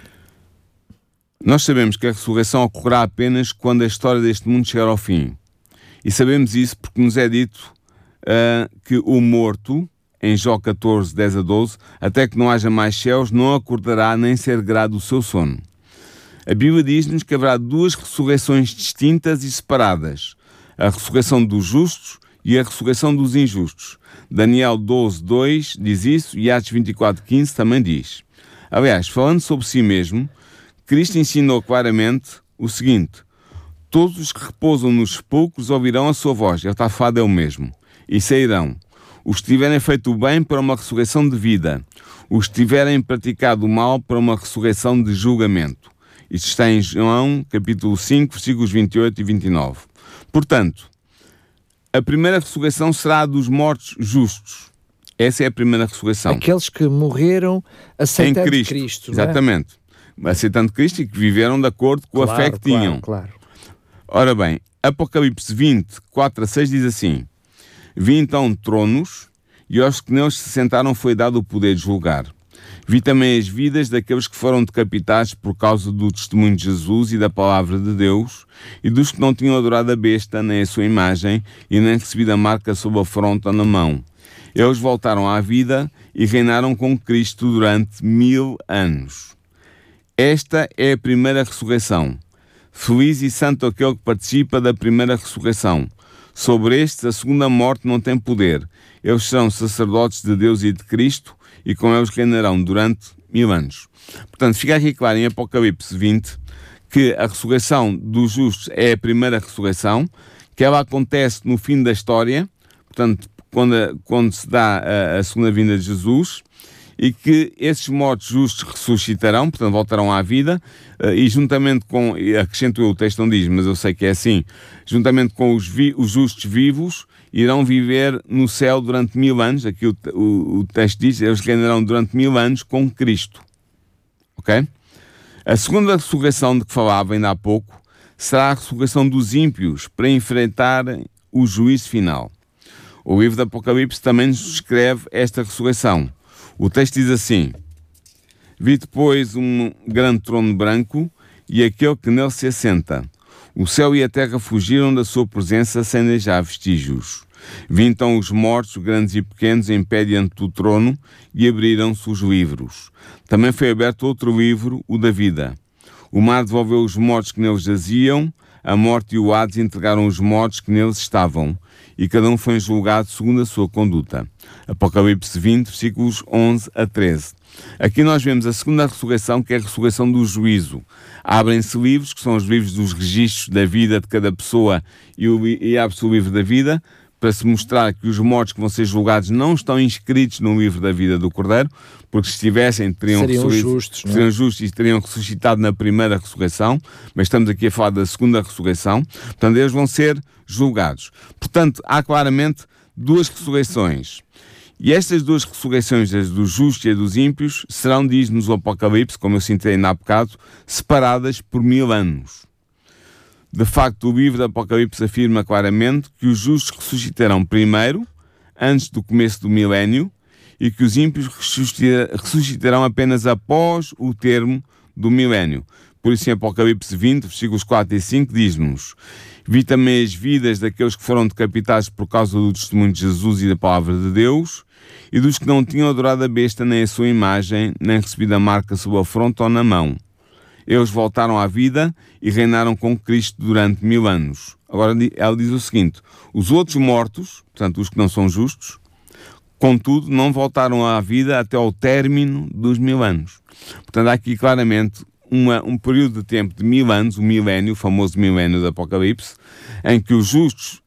Nós sabemos que a ressurreição ocorrerá apenas quando a história deste mundo chegar ao fim. E sabemos isso porque nos é dito que o morto, em Jó 14, 10 a 12, até que não haja mais céus, não acordará nem se erguerá do seu sono. A Bíblia diz-nos que haverá duas ressurreições distintas e separadas: a ressurreição dos justos e a ressurreição dos injustos. Daniel 12, 2 diz isso e Atos 24, 15 também diz. Aliás, falando sobre si mesmo, Cristo ensinou claramente o seguinte: todos os que repousam nos sepulcros ouvirão a sua voz, ele está a falar dele mesmo, e sairão. os que tiverem feito o bem para uma ressurreição de vida, os que tiverem praticado o mal para uma ressurreição de julgamento. Isto está em João, capítulo 5, versículos 28 e 29. Portanto, a primeira ressurreição será a dos mortos justos. Essa é a primeira ressurreição. Aqueles que morreram aceitando Cristo, não é? Exatamente. Aceitando Cristo e que viveram de acordo com a fé que tinham. Claro. Ora bem, Apocalipse 20, 4 a 6 diz assim: Vi então tronos, e aos que neles se sentaram foi dado o poder de julgar. Vi também as vidas daqueles que foram decapitados por causa do testemunho de Jesus e da palavra de Deus, e dos que não tinham adorado a besta, nem a sua imagem, e nem recebido a marca sob a fronte ou na mão. Eles voltaram à vida e reinaram com Cristo durante 1000 anos. Esta é a primeira ressurreição. Feliz e santo aquele que participa da primeira ressurreição. Sobre estes a segunda morte não tem poder. Eles serão sacerdotes de Deus e de Cristo, e com eles reinarão durante 1000 anos. Portanto, fica aqui claro em Apocalipse 20 que a ressurreição dos justos é a primeira ressurreição, que ela acontece no fim da história, portanto, quando se dá a segunda vinda de Jesus, e que esses mortos justos ressuscitarão, portanto voltarão à vida, e juntamente com, acrescento eu, o texto não diz, mas eu sei que é assim, juntamente com os justos vivos, irão viver no céu durante 1000 anos. Aqui o texto diz, eles reinarão durante 1000 anos com Cristo. Ok? A segunda ressurreição de que falava ainda há pouco será a ressurreição dos ímpios para enfrentar o juízo final. O livro do Apocalipse também nos descreve esta ressurreição. O texto diz assim: Vi depois um grande trono branco e aquele que nele se assenta. O céu e a terra fugiram da sua presença sem deixar vestígios. Vi então os mortos, grandes e pequenos, em pé diante do trono, e abriram-se os livros. Também foi aberto outro livro, o da vida. O mar devolveu os mortos que neles jaziam, a morte e o Hades entregaram os mortos que neles estavam, e cada um foi julgado segundo a sua conduta. Apocalipse 20, versículos 11 a 13. Aqui nós vemos a segunda ressurreição, que é a ressurreição do juízo. Abrem-se livros, que são os livros dos registros da vida de cada pessoa, e abre-se o livro da vida, para se mostrar que os mortos que vão ser julgados não estão inscritos no livro da vida do Cordeiro, porque se estivessem seriam justos e teriam ressuscitado na primeira ressurreição, mas estamos aqui a falar da segunda ressurreição, portanto eles vão ser julgados. Portanto, há claramente duas ressurreições. E estas duas ressurreições, as dos justos e as dos ímpios, serão, diz-nos o Apocalipse, como eu citei ainda há bocado, separadas por 1000 anos. De facto, o livro do Apocalipse afirma claramente que os justos ressuscitarão primeiro, antes do começo do milénio, e que os ímpios ressuscitarão apenas após o termo do milénio. Por isso, em Apocalipse 20, versículos 4 e 5, diz-nos: Vi também as vidas daqueles que foram decapitados por causa do testemunho de Jesus e da palavra de Deus, e dos que não tinham adorado a besta nem a sua imagem, nem recebido a marca sob a fronte ou na mão. Eles voltaram à vida e reinaram com Cristo durante 1000 anos. Agora ela diz o seguinte: os outros mortos, portanto os que não são justos, contudo não voltaram à vida até ao término dos 1000 anos. Portanto há aqui claramente um período de tempo de 1000 anos, o milénio, o famoso milénio do Apocalipse, em que os justos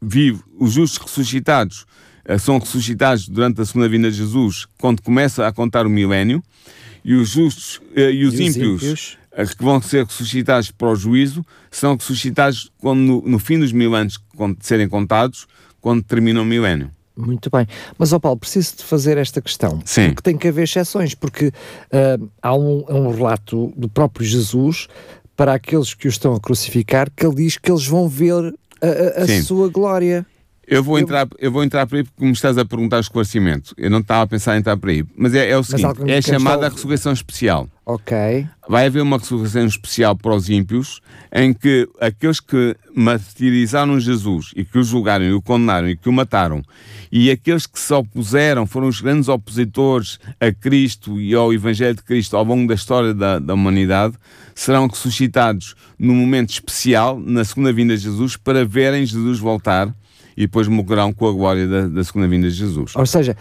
ressuscitados são ressuscitados durante a segunda vinda de Jesus, quando começa a contar o milénio, e os justos e os ímpios que vão ser ressuscitados para o juízo serão ressuscitados quando, no fim dos 1000 anos serem contados, quando termina o milénio. Muito bem. Mas, Paulo, preciso de fazer esta questão. Sim. Porque tem que haver exceções, porque há um relato do próprio Jesus para aqueles que o estão a crucificar, que ele diz que eles vão ver a sua glória. Eu vou entrar por aí porque me estás a perguntar o esclarecimento. Eu não estava a pensar em entrar por aí. Mas é o seguinte, é chamada ressurreição especial. Ok. Vai haver uma ressurreição especial para os ímpios, em que aqueles que martirizaram Jesus e que o julgaram e o condenaram e que o mataram, e aqueles que se opuseram, foram os grandes opositores a Cristo e ao Evangelho de Cristo ao longo da história da humanidade, serão ressuscitados num momento especial, na segunda vinda de Jesus, para verem Jesus voltar, e depois morrerão com a glória da segunda vinda de Jesus. Ou seja,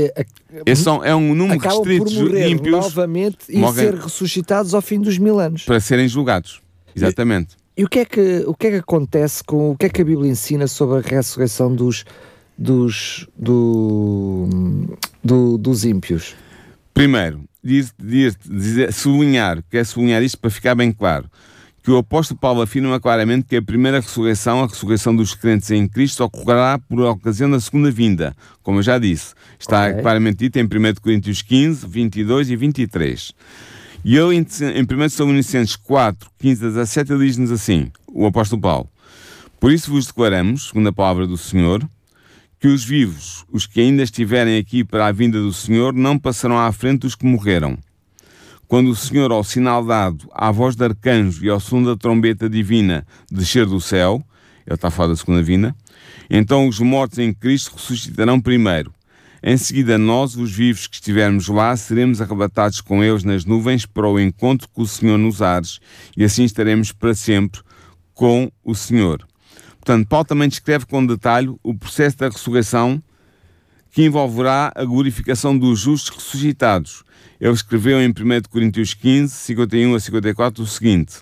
é um número restrito de ímpios novamente e ser ressuscitados ao fim dos 1000 anos. Para serem julgados, exatamente. E o que é que acontece o que é que a Bíblia ensina sobre a ressurreição dos dos ímpios? Primeiro, sublinhar isto para ficar bem claro, que o apóstolo Paulo afirma claramente que a primeira ressurreição, a ressurreição dos crentes em Cristo, ocorrerá por ocasião da segunda vinda, como eu já disse. Está claramente dito em 1 Coríntios 15, 22 e 23. E ele, em 1 Tessalonicenses 4, 15 a 17, ele diz-nos assim, o apóstolo Paulo: por isso vos declaramos, segundo a palavra do Senhor, que os vivos, os que ainda estiverem aqui para a vinda do Senhor, não passarão à frente dos que morreram. Quando o Senhor, ao sinal dado, à voz de arcanjo e ao som da trombeta divina descer do céu, ele está a falar da segunda vinda, então os mortos em Cristo ressuscitarão primeiro. Em seguida, nós, os vivos que estivermos lá, seremos arrebatados com eles nas nuvens para o encontro com o Senhor nos ares, e assim estaremos para sempre com o Senhor. Portanto, Paulo também descreve com detalhe o processo da ressurreição, que envolverá a glorificação dos justos ressuscitados. Ele escreveu em 1 Coríntios 15, 51 a 54 o seguinte: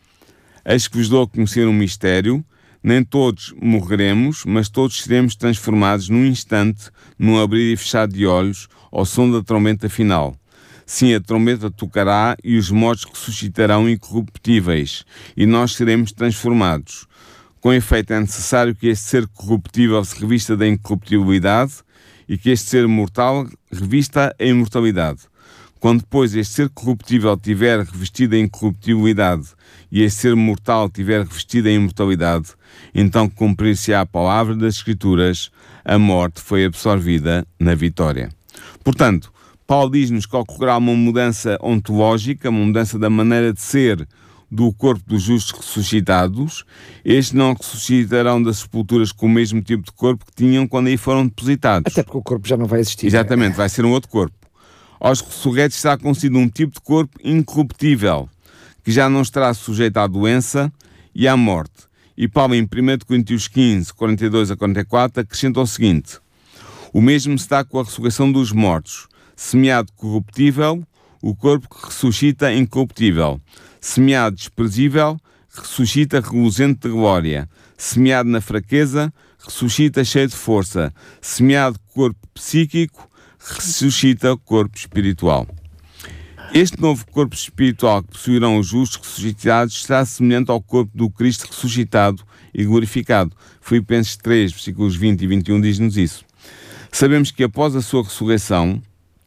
eis que vos dou a conhecer um mistério, nem todos morreremos, mas todos seremos transformados num instante, num abrir e fechar de olhos, ao som da trombeta final. Sim, a trombeta tocará e os mortos ressuscitarão incorruptíveis, e nós seremos transformados. Com efeito, é necessário que este ser corruptível se revista da incorruptibilidade e que este ser mortal revista a imortalidade. Quando, depois, este ser corruptível tiver revestido a incorruptibilidade e este ser mortal tiver revestido a imortalidade, então cumprir-se-á a palavra das Escrituras: a morte foi absorvida na vitória. Portanto, Paulo diz-nos que ocorrerá uma mudança ontológica, uma mudança da maneira de ser do corpo dos justos ressuscitados. Estes não ressuscitarão das sepulturas com o mesmo tipo de corpo que tinham quando aí foram depositados. Até porque o corpo já não vai existir. Exatamente, vai ser um outro corpo. Aos ressurretos será concedido um tipo de corpo incorruptível, que já não estará sujeito à doença e à morte. E Paulo, em 1 Coríntios 15, 42 a 44, acrescenta o seguinte: o mesmo se dá com a ressurreição dos mortos. Semeado corruptível, o corpo que ressuscita incorruptível. Semeado desprezível, ressuscita reluzente de glória. Semeado na fraqueza, ressuscita cheio de força. Semeado corpo psíquico, ressuscita corpo espiritual. Este novo corpo espiritual que possuirão os justos ressuscitados será semelhante ao corpo do Cristo ressuscitado e glorificado. Filipenses 3, versículos 20 e 21 diz-nos isso. Sabemos que após a sua ressurreição,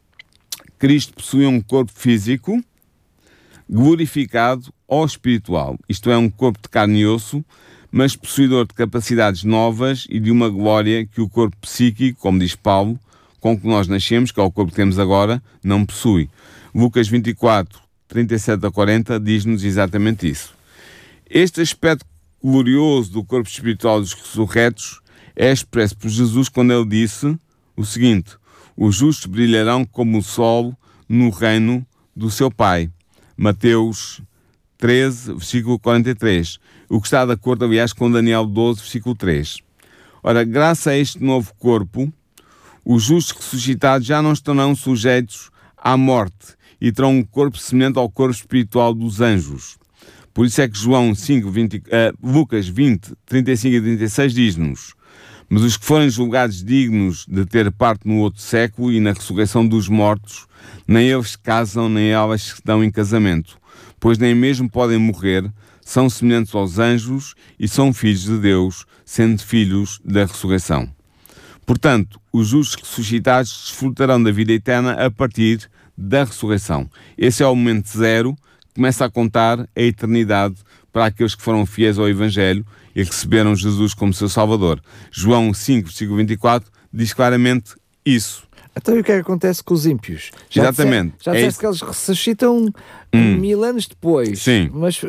Cristo possui um corpo físico glorificado ou espiritual, isto é, um corpo de carne e osso, mas possuidor de capacidades novas e de uma glória que o corpo psíquico, como diz Paulo, com que nós nascemos, que é o corpo que temos agora, não possui. Lucas 24, 37 a 40 diz-nos exatamente isso. Este aspecto glorioso do corpo espiritual dos ressurretos é expresso por Jesus quando ele disse o seguinte: os justos brilharão como o sol no reino do seu Pai. Mateus 13, versículo 43. O que está de acordo, aliás, com Daniel 12, versículo 3. Ora, graças a este novo corpo, os justos ressuscitados já não estarão sujeitos à morte e terão um corpo semelhante ao corpo espiritual dos anjos. Por isso é que Lucas 20, 35 e 36 diz-nos: mas os que forem julgados dignos de ter parte no outro século e na ressurreição dos mortos, nem eles se casam, nem elas se dão em casamento, pois nem mesmo podem morrer, são semelhantes aos anjos e são filhos de Deus, sendo filhos da ressurreição. Portanto, os justos ressuscitados desfrutarão da vida eterna a partir da ressurreição. Esse é o momento zero, que começa a contar a eternidade para aqueles que foram fiéis ao Evangelho e receberam Jesus como seu Salvador. João 5, versículo 24, diz claramente isso. Então e o que é que acontece com os ímpios? Exatamente. Já disseste que eles ressuscitam 1000 anos depois. Sim. Mas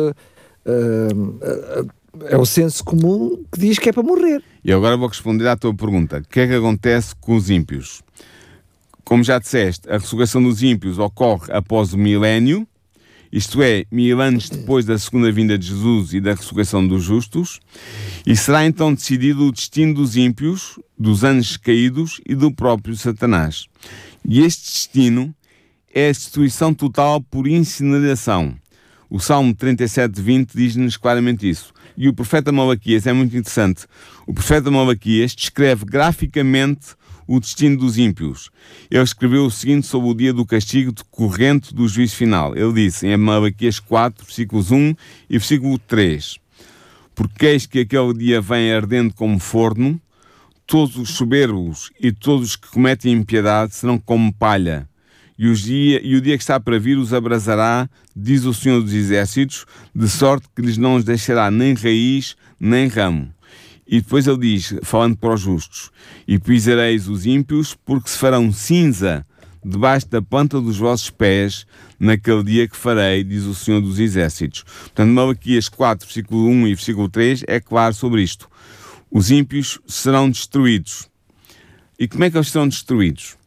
é o senso comum que diz que é para morrer. E agora vou responder à tua pergunta. O que é que acontece com os ímpios? Como já disseste, a ressurreição dos ímpios ocorre após o milénio, isto é, 1000 anos depois da segunda vinda de Jesus e da ressurreição dos justos, e será então decidido o destino dos ímpios, dos anjos caídos e do próprio Satanás. E este destino é a destruição total por incineração. O Salmo 37:20 diz-nos claramente isso. E o profeta Malaquias é muito interessante. O profeta Malaquias descreve graficamente o destino dos ímpios. Ele escreveu o seguinte sobre o dia do castigo decorrente do juízo final. Ele disse em Malaquias 4, versículos 1 e versículo 3: Porque eis que aquele dia vem ardendo como forno, todos os soberbos e todos os que cometem impiedade serão como palha, e o dia que está para vir os abrasará, diz o Senhor dos Exércitos, de sorte que lhes não os deixará nem raiz, nem ramo. E depois ele diz, falando para os justos: E pisareis os ímpios, porque se farão cinza debaixo da planta dos vossos pés, naquele dia que farei, diz o Senhor dos Exércitos. Portanto, Malaquias 4, versículo 1 e versículo 3 é claro sobre isto. Os ímpios serão destruídos. E como é que eles serão destruídos?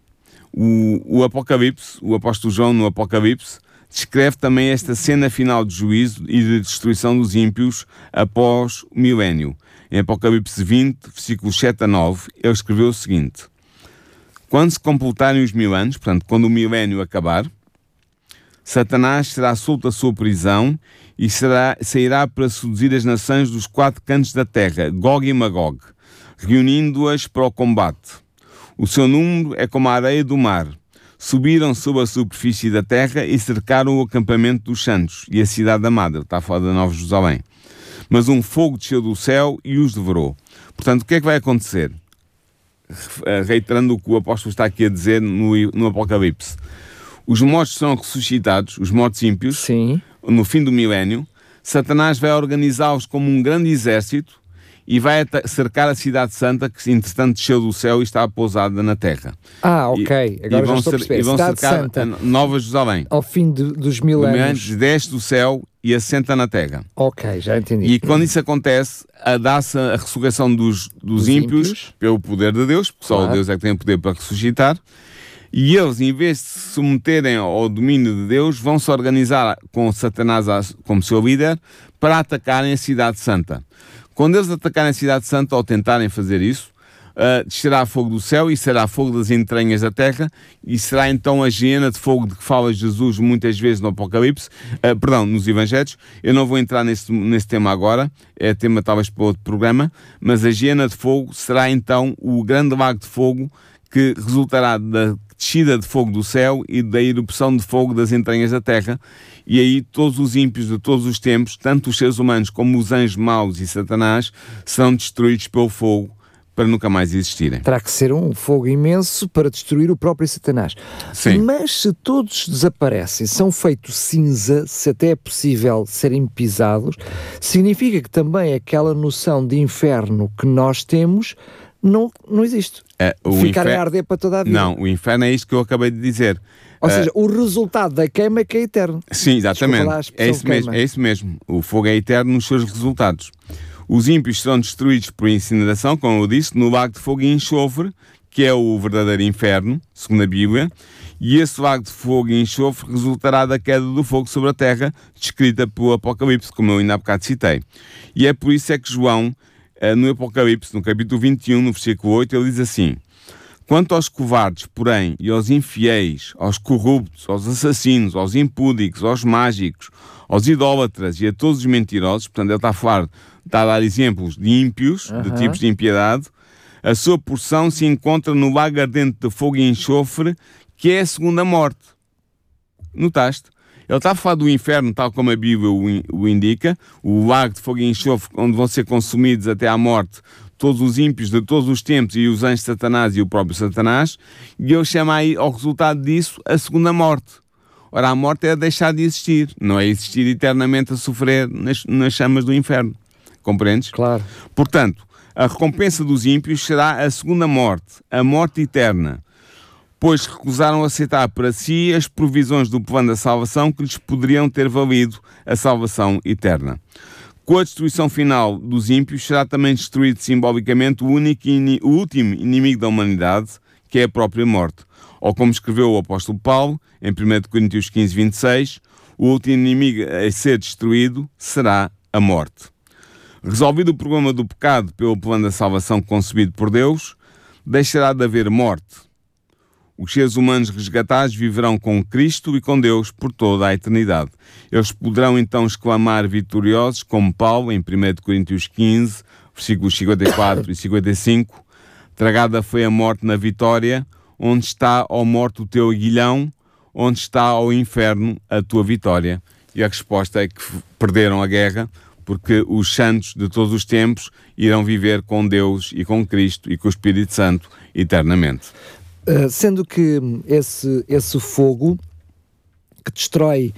O Apocalipse, o apóstolo João no Apocalipse, descreve também esta cena final de juízo e de destruição dos ímpios após o milénio. Em Apocalipse 20, versículos 7 a 9, ele escreveu o seguinte: Quando se completarem os 1000 anos, portanto, quando o milénio acabar, Satanás será solto da sua prisão e sairá para seduzir as nações dos 4 cantos da terra, Gog e Magog, reunindo-as para o combate. O seu número é como a areia do mar. Subiram sobre a superfície da terra e cercaram o acampamento dos santos e a cidade amada. Está a falar da Nova Jerusalém. Mas um fogo desceu do céu e os devorou. Portanto, o que é que vai acontecer? Reiterando o que o apóstolo está aqui a dizer no Apocalipse. Os mortos serão ressuscitados, os mortos ímpios, Sim. No fim do milénio. Satanás vai organizá-los como um grande exército e vai cercar a cidade santa, que entretanto desceu do céu e está pousada na terra. Ok. Agora já estou a perceber. E vão cidade cercar santa, a Nova Jerusalém. ao fim dos 1000 anos. Desce do céu e assenta na terra. Ok, já entendi. E quando isso acontece, dá-se a ressurreição dos ímpios pelo poder de Deus, porque só Deus é que tem o poder para ressuscitar. E eles, em vez de se submeterem ao domínio de Deus, vão se organizar com Satanás como seu líder para atacarem a cidade santa. Quando eles atacarem a cidade santa, ou tentarem fazer isso, descerá fogo do céu e será fogo das entranhas da terra, e será então a hiena de fogo de que fala Jesus muitas vezes no Apocalipse, nos Evangelhos. Eu não vou entrar nesse tema agora, é tema talvez para outro programa, mas a hiena de fogo será então o grande lago de fogo que resultará da descida de fogo do céu e da erupção de fogo das entranhas da terra, e aí todos os ímpios de todos os tempos, tanto os seres humanos como os anjos maus e Satanás, serão destruídos pelo fogo para nunca mais existirem. Terá que ser um fogo imenso para destruir o próprio Satanás. Sim. Mas se todos desaparecem, são feitos cinza, se até é possível serem pisados, significa que também aquela noção de inferno que nós temos não existe. Ficarem a arder para toda a vida. Não, o inferno é isto que eu acabei de dizer. Ou seja, o resultado da queima é que é eterno. Sim, exatamente. É isso mesmo. O fogo é eterno nos seus resultados. Os ímpios serão destruídos por incineração, como eu disse, no lago de fogo e enxofre, que é o verdadeiro inferno, segundo a Bíblia, e esse lago de fogo e enxofre resultará da queda do fogo sobre a terra, descrita pelo Apocalipse, como eu ainda há bocado citei. E é por isso é que João, no Apocalipse, no capítulo 21, no versículo 8, ele diz assim: Quanto aos covardes, porém, e aos infiéis, aos corruptos, aos assassinos, aos impúdicos, aos mágicos, aos idólatras e a todos os mentirosos, portanto ele está a dar exemplos de ímpios, de tipos de impiedade, a sua porção se encontra no lago ardente de fogo e enxofre, que é a segunda morte. Notaste? Ele está a falar do inferno, tal como a Bíblia o indica, o lago de fogo e enxofre, onde vão ser consumidos até à morte todos os ímpios de todos os tempos e os anjos de Satanás e o próprio Satanás, e ele chama aí ao resultado disso a segunda morte. Ora, a morte é deixar de existir, não é existir eternamente a sofrer nas chamas do inferno. Compreendes? Claro. Portanto, a recompensa dos ímpios será a segunda morte, a morte eterna, pois recusaram aceitar para si as provisões do plano da salvação que lhes poderiam ter valido a salvação eterna. Com a destruição final dos ímpios, será também destruído simbolicamente o último inimigo da humanidade, que é a própria morte. Ou como escreveu o apóstolo Paulo, em 1 Coríntios 15, 26, o último inimigo a ser destruído será a morte. Resolvido o problema do pecado pelo plano da salvação concebido por Deus, deixará de haver morte. os seres humanos resgatados viverão com Cristo e com Deus por toda a eternidade. Eles poderão então exclamar vitoriosos, como Paulo, em 1 Coríntios 15, versículos 54 e 55, tragada foi a morte na vitória, onde está, ó morte, o teu aguilhão, onde está, ao inferno, a tua vitória. E a resposta é que perderam a guerra, porque os santos de todos os tempos irão viver com Deus e com Cristo e com o Espírito Santo eternamente. Sendo que esse fogo que destrói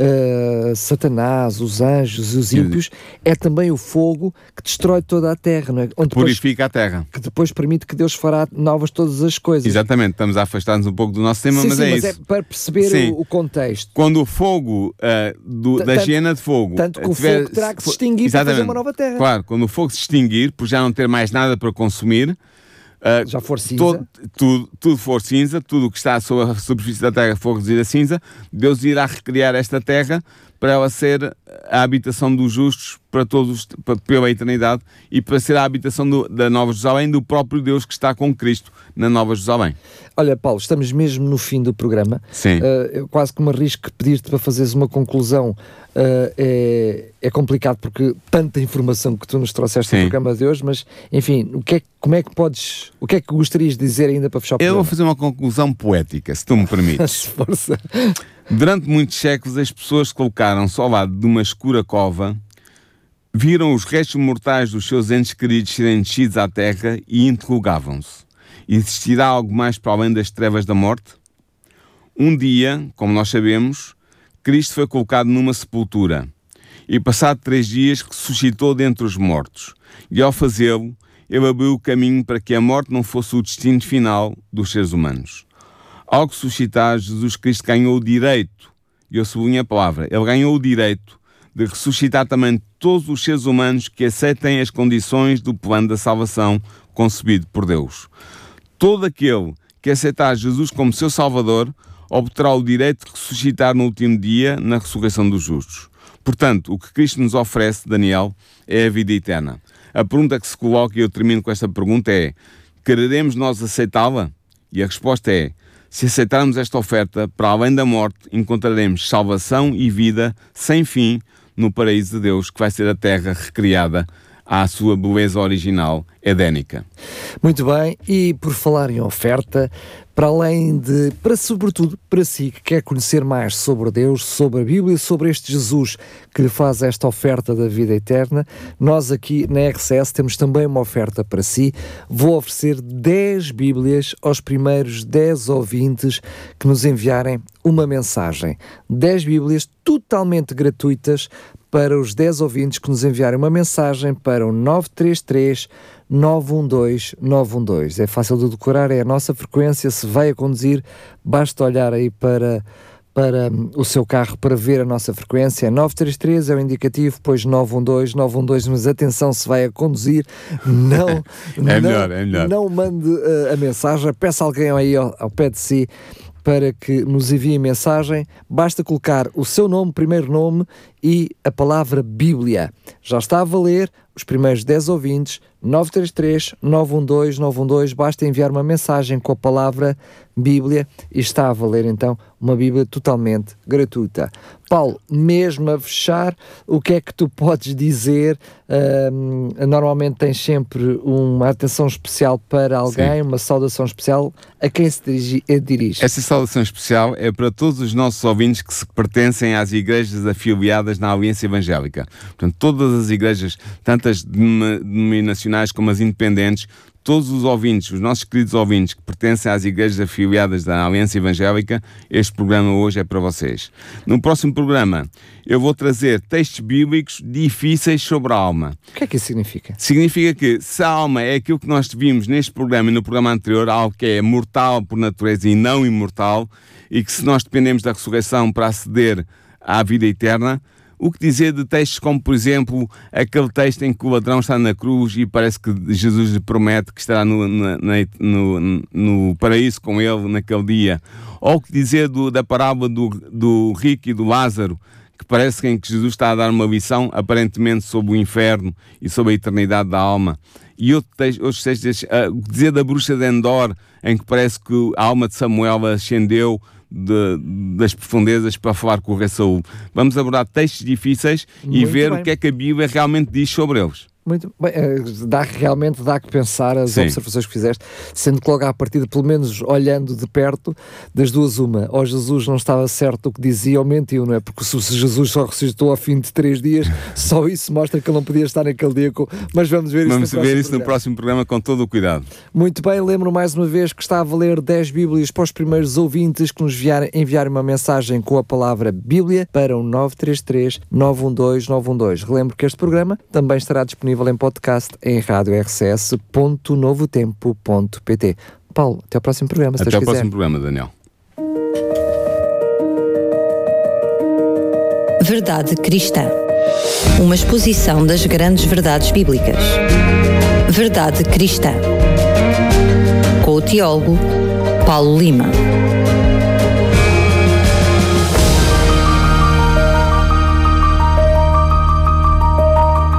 Satanás, os anjos e os ímpios, é também o fogo que destrói toda a terra, não é? Onde purifica a terra. Que depois permite que Deus fará novas todas as coisas. Exatamente, estamos a afastar-nos um pouco do nosso tema, mas é isso. Mas é para perceber o contexto. Quando o fogo da hiena de fogo... Tanto que o fogo terá que se extinguir para fazer uma nova terra. Claro, quando o fogo se extinguir, por já não ter mais nada para consumir, já for cinza, tudo for cinza, tudo o que está sobre a superfície da terra for reduzir a cinza, Deus irá recriar esta terra para ela ser a habitação dos justos para todos, pela eternidade, e para ser a habitação da Nova Jerusalém, do próprio Deus que está com Cristo na Nova Jerusalém. Olha, Paulo, estamos mesmo no fim do programa. Sim. Eu quase que me arrisco pedir-te para fazeres uma conclusão. É complicado porque tanta informação que tu nos trouxeste no programa de hoje, mas enfim, o que é que gostarias de dizer ainda para fechar o programa? Eu vou fazer uma conclusão poética, se tu me permites. Força. Durante muitos séculos as pessoas colocaram-se ao lado de uma escura cova, viram os restos mortais dos seus entes queridos serem descidos à terra e interrogavam-se: existirá algo mais para além das trevas da morte? Um dia, como nós sabemos, Cristo foi colocado numa sepultura e, passado 3 dias, ressuscitou dentre os mortos. E ao fazê-lo, ele abriu o caminho para que a morte não fosse o destino final dos seres humanos. Ao ressuscitar, Jesus Cristo ganhou o direito, e eu sublinho a palavra, ele ganhou o direito de ressuscitar também todos os seres humanos que aceitem as condições do plano da salvação concebido por Deus. Todo aquele que aceitar Jesus como seu Salvador obterá o direito de ressuscitar no último dia, na ressurreição dos justos. Portanto, o que Cristo nos oferece, Daniel, é a vida eterna. A pergunta que se coloca, e eu termino com esta pergunta, é: quereremos nós aceitá-la? E a resposta é: se aceitarmos esta oferta, para além da morte, encontraremos salvação e vida sem fim no paraíso de Deus, que vai ser a terra recriada à sua beleza original edénica. Muito bem, e por falar em oferta, sobretudo para si que quer conhecer mais sobre Deus, sobre a Bíblia, sobre este Jesus que lhe faz esta oferta da vida eterna, nós aqui na RCS temos também uma oferta para si. Vou oferecer 10 Bíblias aos primeiros 10 ouvintes que nos enviarem uma mensagem. 10 Bíblias totalmente gratuitas para os 10 ouvintes que nos enviarem uma mensagem para o 933 912 912. É fácil de decorar, é a nossa frequência. Se vai a conduzir, basta olhar aí para o seu carro para ver a nossa frequência. 933 é o indicativo, depois 912 912, mas atenção, se vai a conduzir, não melhor. Não mande a mensagem, peça alguém aí ao pé de si para que nos envie mensagem. Basta colocar o seu nome, primeiro nome, e a palavra Bíblia. Já está a valer os primeiros 10 ouvintes, 933 912 912, basta enviar uma mensagem com a palavra Bíblia e está a valer então uma Bíblia totalmente gratuita. Paulo, mesmo a fechar, o que é que tu podes dizer? Normalmente tens sempre uma atenção especial para alguém, uma saudação especial. A quem se dirige? Essa saudação especial é para todos os nossos ouvintes que se pertencem às igrejas afiliadas na Aliança Evangélica. Portanto, todas as igrejas, tanto as denominacionais como as independentes, todos os ouvintes, os nossos queridos ouvintes que pertencem às igrejas afiliadas da Aliança Evangélica, este programa hoje é para vocês. No próximo programa eu vou trazer textos bíblicos difíceis sobre a alma. O que é que isso significa? Significa que se a alma é aquilo que nós vimos neste programa e no programa anterior, algo que é mortal por natureza e não imortal, e que se nós dependemos da ressurreição para aceder à vida eterna, o que dizer de textos como, por exemplo, aquele texto em que o ladrão está na cruz e parece que Jesus lhe promete que estará no paraíso com ele naquele dia? Ou o que dizer da parábola do rico e do Lázaro, que parece em que Jesus está a dar uma lição aparentemente sobre o inferno e sobre a eternidade da alma. E outros textos, dizer da bruxa de Endor, em que parece que a alma de Samuel ascendeu das profundezas para falar com o rei Saul. Vamos abordar textos difíceis e ver o que é que a Bíblia realmente diz sobre eles. Muito bem, realmente dá que pensar as observações que fizeste, sendo que logo à partida, pelo menos olhando de perto, das duas uma, ou Jesus não estava certo o que dizia ou mentiu, não é? Porque se Jesus só ressuscitou ao fim de 3 dias, só isso mostra que ele não podia estar naquele dia, mas vamos ver isso no próximo programa com todo o cuidado. Muito bem, lembro mais uma vez que está a valer 10 Bíblias para os primeiros ouvintes que nos enviarem uma mensagem com a palavra Bíblia para o 933-912-912. Relembro que este programa também estará disponível em podcast em radiorcs.novotempo.pt. Paulo, até ao próximo programa. Até ao próximo programa, Daniel. Verdade Cristã. Uma exposição das grandes verdades bíblicas. Verdade Cristã. Com o teólogo Paulo Lima.